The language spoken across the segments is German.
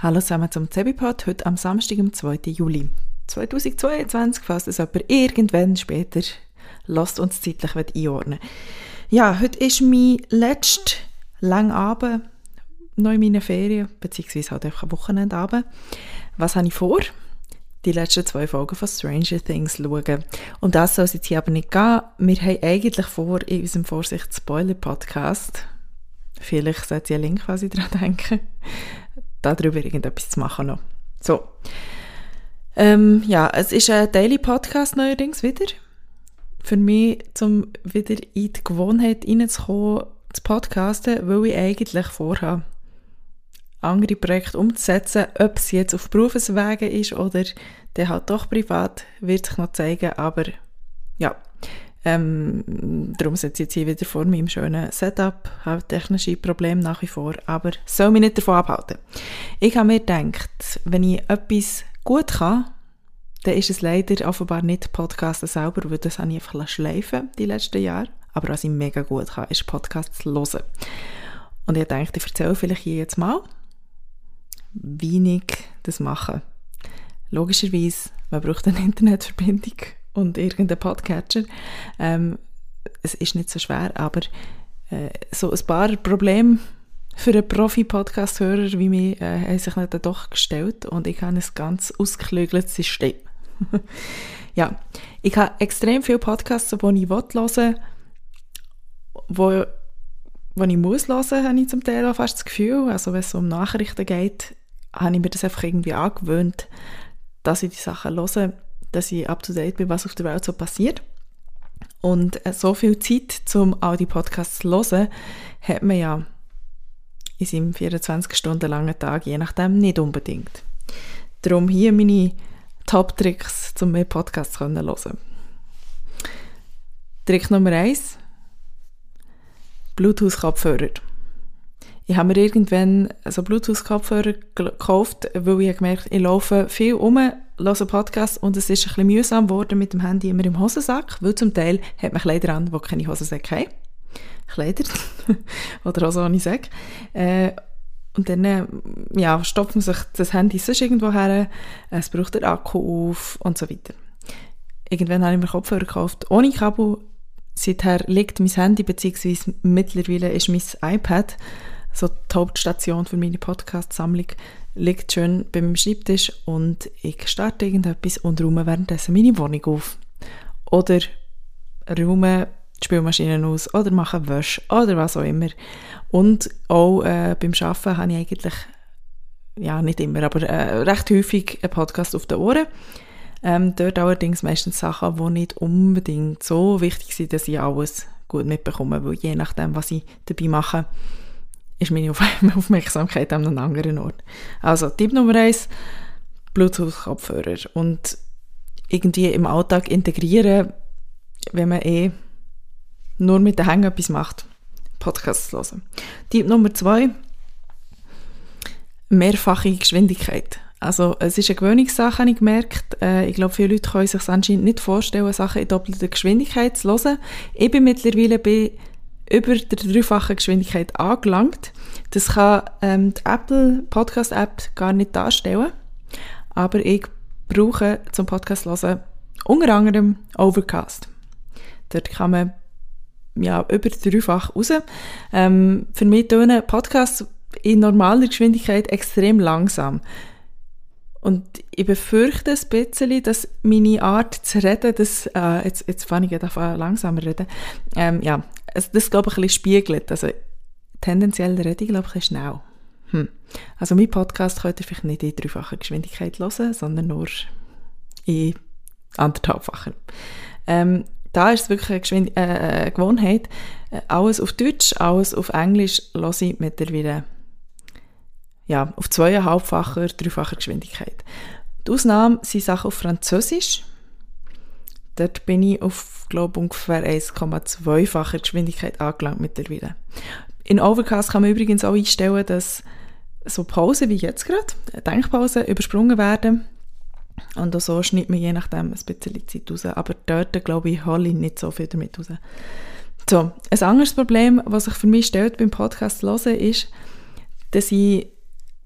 Hallo zusammen zum Zebipod, heute am Samstag, am 2. Juli 2022, falls es jemand irgendwann später lasst uns zeitlich einordnen. Ja, heute ist mein letzter langer Abend noch in meinen Ferien, beziehungsweise halt einfach ein Wochenendabend. Was habe ich vor? Die letzten 2 Folgen von Stranger Things schauen. Um das soll es jetzt hier aber nicht gehen. Wir haben eigentlich vor, in unserem Vorsicht-Spoiler-Podcast, vielleicht sollte ich einen Link quasi dran denken, darüber irgendetwas zu machen noch. So. Ja, es ist ein Daily Podcast neuerdings wieder. Für mich, um wieder in die Gewohnheit reinzukommen, zu podcasten, weil ich eigentlich vorhabe, andere Projekte umzusetzen, ob es jetzt auf Berufswegen ist oder dann halt doch privat, wird sich noch zeigen, aber ja, darum sitze ich jetzt hier wieder vor meinem schönen Setup, habe technische Probleme nach wie vor, aber soll mich nicht davon abhalten. Ich habe mir gedacht, wenn ich etwas gut kann, dann ist es leider offenbar nicht Podcasten selber, weil das habe ich einfach schleifen die letzten Jahre, aber was ich mega gut kann, ist Podcasts hören. Und ich dachte, ich erzähle vielleicht hier jetzt mal, wie ich das mache. Logischerweise, man braucht eine Internetverbindung und irgendeinen Podcatcher. Es ist nicht so schwer, aber so ein paar Probleme für einen Profi-Podcast-Hörer wie mich haben sich dann doch gestellt und ich habe ein ganz ausgeklügeltes System. Ja, ich habe extrem viele Podcasts, die ich hören will, wo ich muss hören, habe ich zum Teil auch fast das Gefühl. Also wenn es um Nachrichten geht, habe ich mir das einfach irgendwie angewöhnt, dass ich die Sachen höre, dass ich up to date bin, was auf der Welt so passiert. Und so viel Zeit, um all die Podcasts zu hören, hat man ja in seinem 24 Stunden langen Tag, je nachdem, nicht unbedingt. Darum hier meine Top-Tricks, um mehr Podcasts zu hören. Trick Nummer 1: Bluetooth-Kopfhörer. Ich habe mir irgendwann so Bluetooth-Kopfhörer gekauft, weil ich gemerkt habe, ich laufe viel rum, höre Podcasts und es ist ein bisschen mühsam geworden mit dem Handy immer im Hosensack, weil zum Teil hat man Kleider an, die keine Hosensäcke haben. Kleider oder auch so ohne Säcke. Und dann stopft man sich das Handy sonst irgendwo her, es braucht den Akku auf und so weiter. Irgendwann habe ich mir Kopfhörer gekauft ohne Kabel. Seither liegt mein Handy, beziehungsweise mittlerweile ist mein iPad, so die Hauptstation für meine Podcast-Sammlung, liegt schön bei meinem Schreibtisch und ich starte irgendetwas und räume währenddessen meine Wohnung auf. Oder räume die Spülmaschinen aus oder mache Wäsche oder was auch immer. Und auch beim Arbeiten habe ich eigentlich, ja nicht immer, aber recht häufig einen Podcast auf den Ohren. Dort allerdings meistens Sachen, die nicht unbedingt so wichtig sind, dass ich alles gut mitbekomme, weil je nachdem, was ich dabei mache, ist meine Aufmerksamkeit an einem anderen Ort. Also Tipp Nummer 1, Bluetooth-Kopfhörer und irgendwie im Alltag integrieren, wenn man nur mit den Hängen etwas macht, Podcasts hören. Tipp Nummer 2, mehrfache Geschwindigkeit. Also es ist eine Gewöhnungssache, habe ich gemerkt. Ich glaube, viele Leute können sich anscheinend nicht vorstellen, Sachen in doppelter Geschwindigkeit zu hören. Ich bin mittlerweile bei über der 3-fachen Geschwindigkeit angelangt. Das kann die Apple Podcast App gar nicht darstellen. Aber ich brauche zum Podcast hören unter anderem Overcast. Dort kann man ja über 3-fach raus. Für mich tönen Podcasts in normaler Geschwindigkeit extrem langsam. Und ich befürchte ein bisschen, dass meine Art zu reden, jetzt fange ich an langsamer reden, das glaube ich ein bisschen spiegelt. Also tendenziell rede ich glaube ich ein bisschen schnell. Also mein Podcast könnt ihr vielleicht nicht in 3-facher Geschwindigkeit hören, sondern nur in 1,5-facher. Da ist es wirklich eine Gewohnheit. Alles auf Deutsch, alles auf Englisch höre ich mittlerweile auf 2,5-facher, 3-facher Geschwindigkeit. Die Ausnahme sind Sachen auf Französisch. Dort bin ich auf, glaube ich, ungefähr 1,2-facher Geschwindigkeit angelangt mittlerweile. In Overcast kann man übrigens auch einstellen, dass so Pausen wie jetzt gerade, Denkpausen, übersprungen werden. Und auch so schneidet man je nachdem ein bisschen Zeit raus. Aber dort, glaube ich, hole ich nicht so viel damit raus. So, ein anderes Problem, was sich für mich stellt beim Podcast hören, ist, dass ich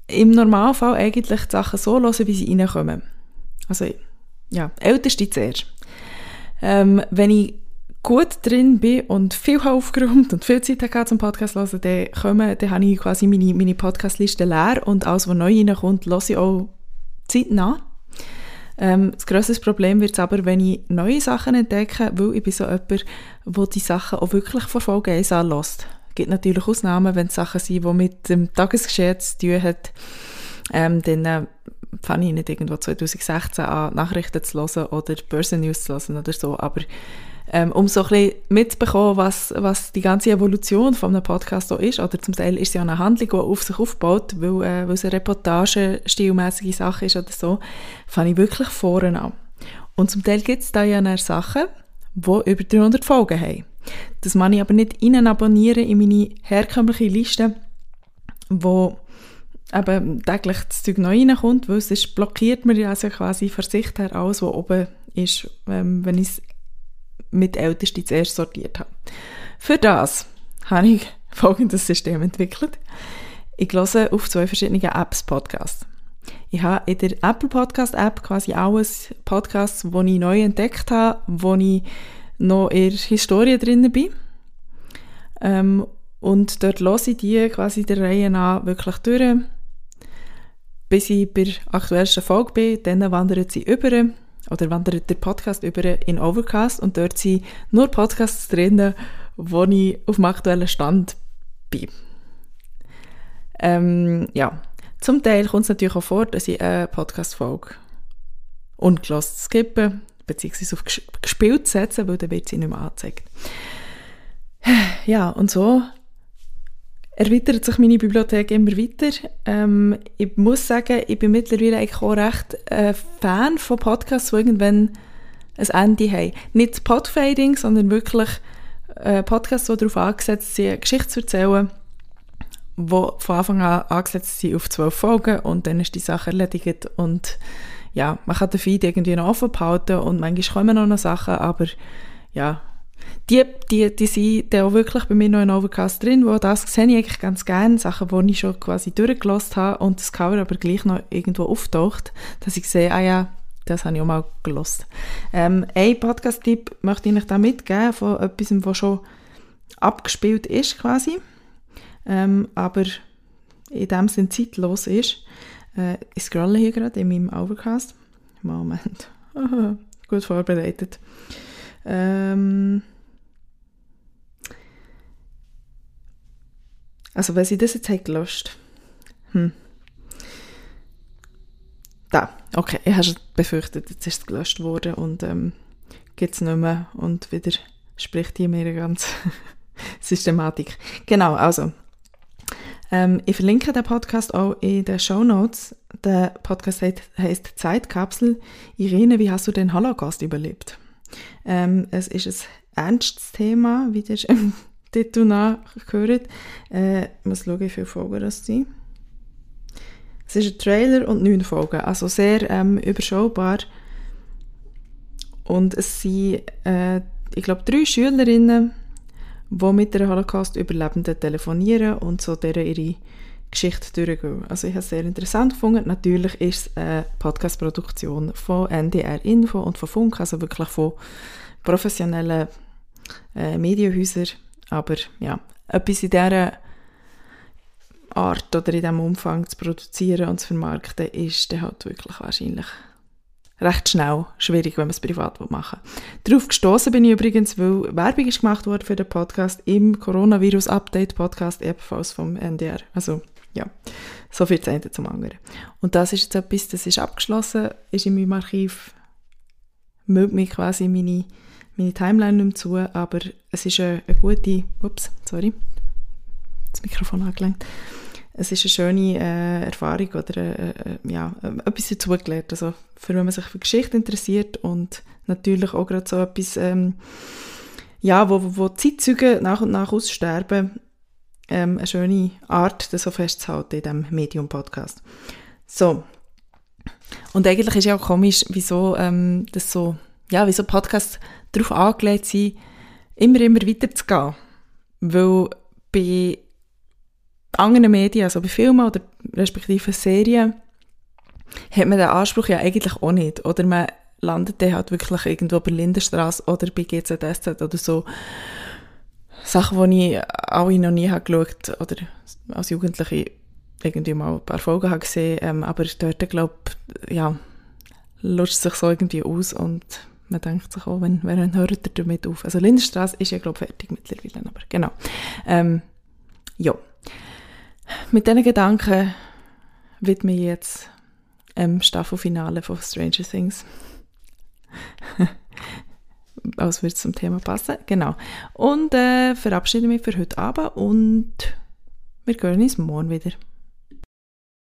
im Normalfall eigentlich die Sachen so hören, wie sie reinkommen. Also, ja, Älteste zuerst. Wenn ich gut drin bin und viel aufgeräumt und viel Zeit hatte zum Podcast hören, dann habe ich quasi meine Podcast-Liste leer und alles, was neu reinkommt, höre ich auch zeitnah. Das grösste Problem wird es aber, wenn ich neue Sachen entdecke, weil ich bin so jemand, der die Sachen auch wirklich von Folge 1 anlässt. Es gibt natürlich Ausnahmen, wenn es Sachen sind, die mit dem Tagesgeschehen zu tun haben, dann fange ich nicht irgendwo 2016 an, Nachrichten zu hören oder Börsennews zu hören oder so, aber um so ein bisschen mitzubekommen, was die ganze Evolution von einem Podcast so ist, oder zum Teil ist es ja eine Handlung, die auf sich aufbaut, weil es eine Reportage-stilmäßige Sache ist oder so, fange ich wirklich vorne an. Und zum Teil gibt es da ja eine Sachen, die über 300 Folgen haben. Das kann ich aber nicht abonnieren in meine herkömmliche Liste, wo eben täglich das Zeug neu reinkommt, weil es blockiert mir also quasi von Sicht her alles, was oben ist, wenn ich es mit Ältesten zuerst sortiert habe. Für das habe ich folgendes System entwickelt. Ich höre auf 2 verschiedenen Apps Podcasts. Ich habe in der Apple Podcast App quasi alles Podcasts, die ich neu entdeckt habe, wo ich noch in der Historie drin bin. Und dort höre ich die quasi der Reihe nach wirklich durch, bis ich bei der aktuellsten Folge bin. Dann wandert wandert der Podcast über in Overcast und dort sind nur Podcasts drin, wo ich auf dem aktuellen Stand bin. Ja. Zum Teil kommt es natürlich auch vor, dass ich eine Podcast-Folge ungehört skippe, beziehungsweise auf gespielt setze, weil dann wird sie nicht mehr angezeigt. Ja, und so erweitert sich meine Bibliothek immer weiter. Ich muss sagen, ich bin mittlerweile eigentlich auch recht Fan von Podcasts, die irgendwann ein Ende haben. Nicht Podfading, sondern wirklich Podcasts, die darauf angesetzt sind, eine Geschichte zu erzählen, die von Anfang an angesetzt sind auf 12 Folgen und dann ist die Sache erledigt und ja, man kann den Feed irgendwie noch offen behalten und manchmal kommen noch Sachen, aber ja, die sind dann auch wirklich bei mir noch in Overcast drin, wo das sehe ich eigentlich ganz gerne, Sachen, die ich schon quasi durchgelassen habe und das Cover aber gleich noch irgendwo auftaucht, dass ich sehe, ah ja, das habe ich auch mal gehört. Ein Podcast-Tipp möchte ich euch da mitgeben von etwas, was schon abgespielt ist quasi, aber in dem Sinne zeitlos ist. Ich scrolle hier gerade in meinem Overcast. Moment. Gut vorbereitet. Also, wenn sie das jetzt gelöscht Da, okay, ich habe schon befürchtet, jetzt ist es gelöscht worden und gibt es nicht mehr und wieder spricht hier mir eine ganze Systematik. Genau, also ich verlinke den Podcast auch in den Shownotes. Der Podcast heisst Zeitkapsel. Irene, wie hast du den Holocaust überlebt? Es ist ein ernstes Thema, wie ihr im Titel nachgehört. Ich muss schauen, wie viele Folgen das sind. Es ist ein Trailer und 9 Folgen, also sehr überschaubar. Und es sind, ich glaube, 3 Schülerinnen, die mit der Holocaust-Überlebenden telefonieren und so ihre Geschichte durchgehen. Also ich habe es sehr interessant gefunden. Natürlich ist es eine Podcast-Produktion von NDR Info und von Funk, also wirklich von professionellen Medienhäusern. Aber ja, etwas in dieser Art oder in diesem Umfang zu produzieren und zu vermarkten, ist dann halt wirklich wahrscheinlich recht schnell schwierig, wenn man es privat machen will. Darauf gestoßen bin ich übrigens, weil Werbung ist gemacht worden für den Podcast im Coronavirus-Update-Podcast, ebenfalls vom NDR. Also ja, so viel das eine zum anderen. Und das ist jetzt etwas, das ist abgeschlossen, ist in meinem Archiv, mögt mir quasi meine Timeline nicht mehr zu, aber es ist eine gute, das Mikrofon angelenkt. Es ist eine schöne Erfahrung oder etwas dazugelernt. Also für wenn man sich für Geschichte interessiert und natürlich auch gerade so etwas, wo Zeitzeugen nach und nach aussterben, eine schöne Art, das so festzuhalten in diesem Medium-Podcast. So. Und eigentlich ist ja auch komisch, wieso Podcasts darauf angelegt sind, immer weiter zu gehen. Weil bei anderen Medien, also bei Filmen oder respektive Serien, hat man den Anspruch ja eigentlich auch nicht. Oder man landet dann halt wirklich irgendwo bei Lindenstrasse oder bei GZSZ oder so. Sachen, die ich alle noch nie habe geschaut oder als Jugendliche irgendwie mal ein paar Folgen habe gesehen, aber dort, glaube ich, ja, lutscht sich so irgendwie aus und man denkt sich auch, wenn hört er damit auf. Also Lindenstrasse ist ja, glaube ich, fertig mittlerweile, aber genau. Ja. Mit diesen Gedanken widme ich jetzt Staffelfinale von Stranger Things. Als würde es zum Thema passen. Genau. Und verabschiede mich für heute Abend und wir hören uns morgen wieder.